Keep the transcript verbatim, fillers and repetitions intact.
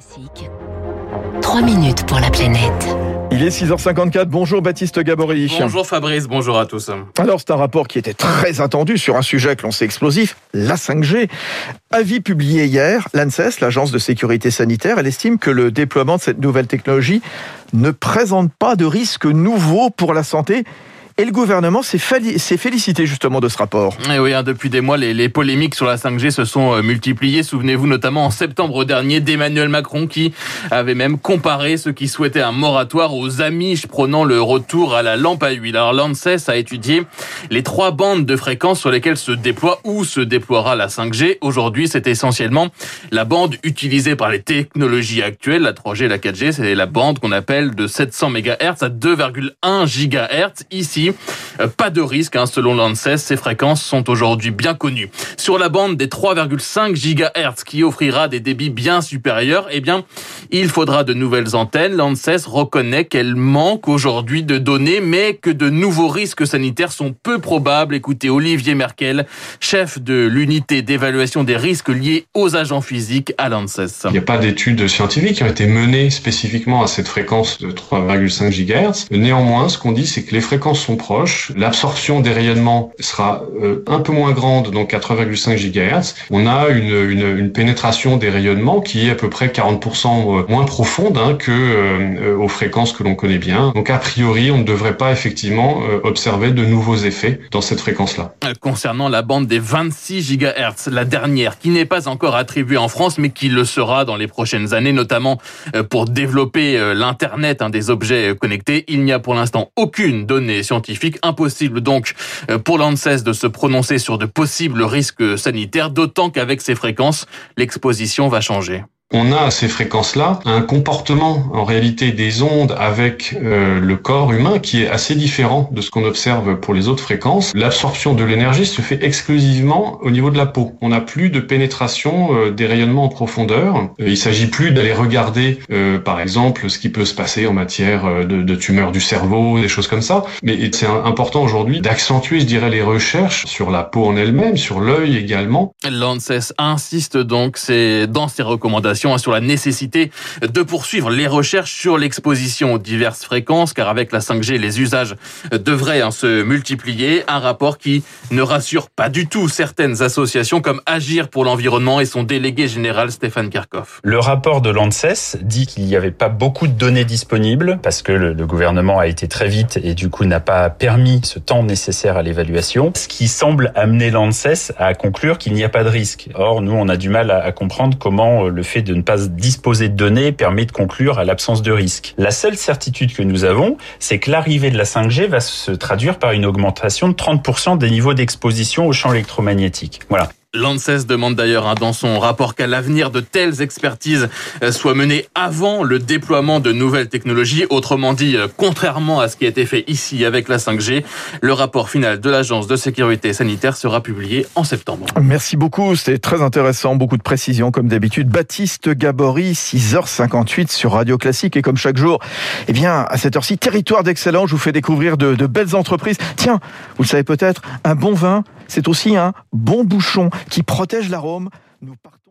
Classique. Trois minutes pour la planète. Il est six heures cinquante-quatre. Bonjour Baptiste Gabory. Bonjour Fabrice, bonjour à tous. Alors c'est un rapport qui était très attendu sur un sujet que l'on sait explosif, la cinq G. Avis publié hier, l'ANSES, l'agence de sécurité sanitaire, elle estime que le déploiement de cette nouvelle technologie ne présente pas de risque nouveau pour la santé. Et le gouvernement s'est, fali- s'est félicité justement de ce rapport. Et oui, hein, depuis des mois, les, les polémiques sur la cinq G se sont euh, multipliées. Souvenez-vous notamment en septembre dernier d'Emmanuel Macron qui avait même comparé ceux qui souhaitaient un moratoire aux Amish prônant le retour à la lampe à huile. Alors l'ANSES a étudié les trois bandes de fréquences sur lesquelles se déploie ou se déploiera la cinq G. Aujourd'hui, c'est essentiellement la bande utilisée par les technologies actuelles, la trois G et la quatre G. C'est la bande qu'on appelle de sept cents mégahertz à deux virgule un gigahertz. Ici, pas de risque, hein, selon l'ANSES, ces fréquences sont aujourd'hui bien connues. Sur la bande des trois virgule cinq gigahertz qui offrira des débits bien supérieurs, eh bien, il faudra de nouvelles antennes. L'ANSES reconnaît qu'elle manque aujourd'hui de données, mais que de nouveaux risques sanitaires sont peu probables. Écoutez Olivier Merkel, chef de l'unité d'évaluation des risques liés aux agents physiques à l'ANSES. Il n'y a pas d'études scientifiques qui ont été menées spécifiquement à cette fréquence de trois virgule cinq gigahertz. Néanmoins, ce qu'on dit, c'est que les fréquences sont proches. L'absorption des rayonnements sera euh, un peu moins grande, donc à trois virgule cinq gigahertz. On a une, une, une pénétration des rayonnements qui est à peu près quarante pour cent moins profonde hein, que euh, aux fréquences que l'on connaît bien. Donc a priori, on ne devrait pas effectivement euh, observer de nouveaux effets dans cette fréquence-là. Concernant la bande des vingt-six gigahertz, la dernière, qui n'est pas encore attribuée en France, mais qui le sera dans les prochaines années, notamment pour développer l'Internet hein, des objets connectés, il n'y a pour l'instant aucune donnée scientifique. Impossible donc pour l'ANSES de se prononcer sur de possibles risques sanitaires, d'autant qu'avec ces fréquences, l'exposition va changer. On a à ces fréquences-là un comportement en réalité des ondes avec euh, le corps humain qui est assez différent de ce qu'on observe pour les autres fréquences. L'absorption de l'énergie se fait exclusivement au niveau de la peau. On n'a plus de pénétration euh, des rayonnements en profondeur. Euh, il s'agit plus d'aller regarder euh, par exemple ce qui peut se passer en matière euh, de, de tumeurs du cerveau, des choses comme ça. Mais c'est important aujourd'hui d'accentuer, je dirais, les recherches sur la peau en elle-même, sur l'œil également. L'ANSES insiste donc c'est dans ses recommandations sur la nécessité de poursuivre les recherches sur l'exposition aux diverses fréquences, car avec la cinq G, les usages devraient hein, se multiplier. Un rapport qui ne rassure pas du tout certaines associations comme Agir pour l'environnement et son délégué général Stéphane Kerkhoff. Le rapport de l'ANSES dit qu'il n'y avait pas beaucoup de données disponibles parce que le, le gouvernement a été très vite et du coup n'a pas permis ce temps nécessaire à l'évaluation, ce qui semble amener l'ANSES à conclure qu'il n'y a pas de risque. Or, nous, on a du mal à, à comprendre comment le fait de ne pas disposer de données permet de conclure à l'absence de risque. La seule certitude que nous avons, c'est que l'arrivée de la cinq G va se traduire par une augmentation de trente pour cent des niveaux d'exposition au champ électromagnétique. Voilà. L'ANSES demande d'ailleurs hein, dans son rapport qu'à l'avenir de telles expertises euh, soient menées avant le déploiement de nouvelles technologies. Autrement dit, euh, contrairement à ce qui a été fait ici avec la cinq G, le rapport final de l'Agence de sécurité sanitaire sera publié en septembre. Merci beaucoup, c'était très intéressant, beaucoup de précisions comme d'habitude. Baptiste Gabory, six heures cinquante-huit sur Radio Classique et comme chaque jour, eh bien à cette heure-ci, Territoire d'Excellence, je vous fais découvrir de, de belles entreprises. Tiens, vous le savez peut-être, un bon vin, c'est aussi un bon bouchon qui protège l'arôme. Nous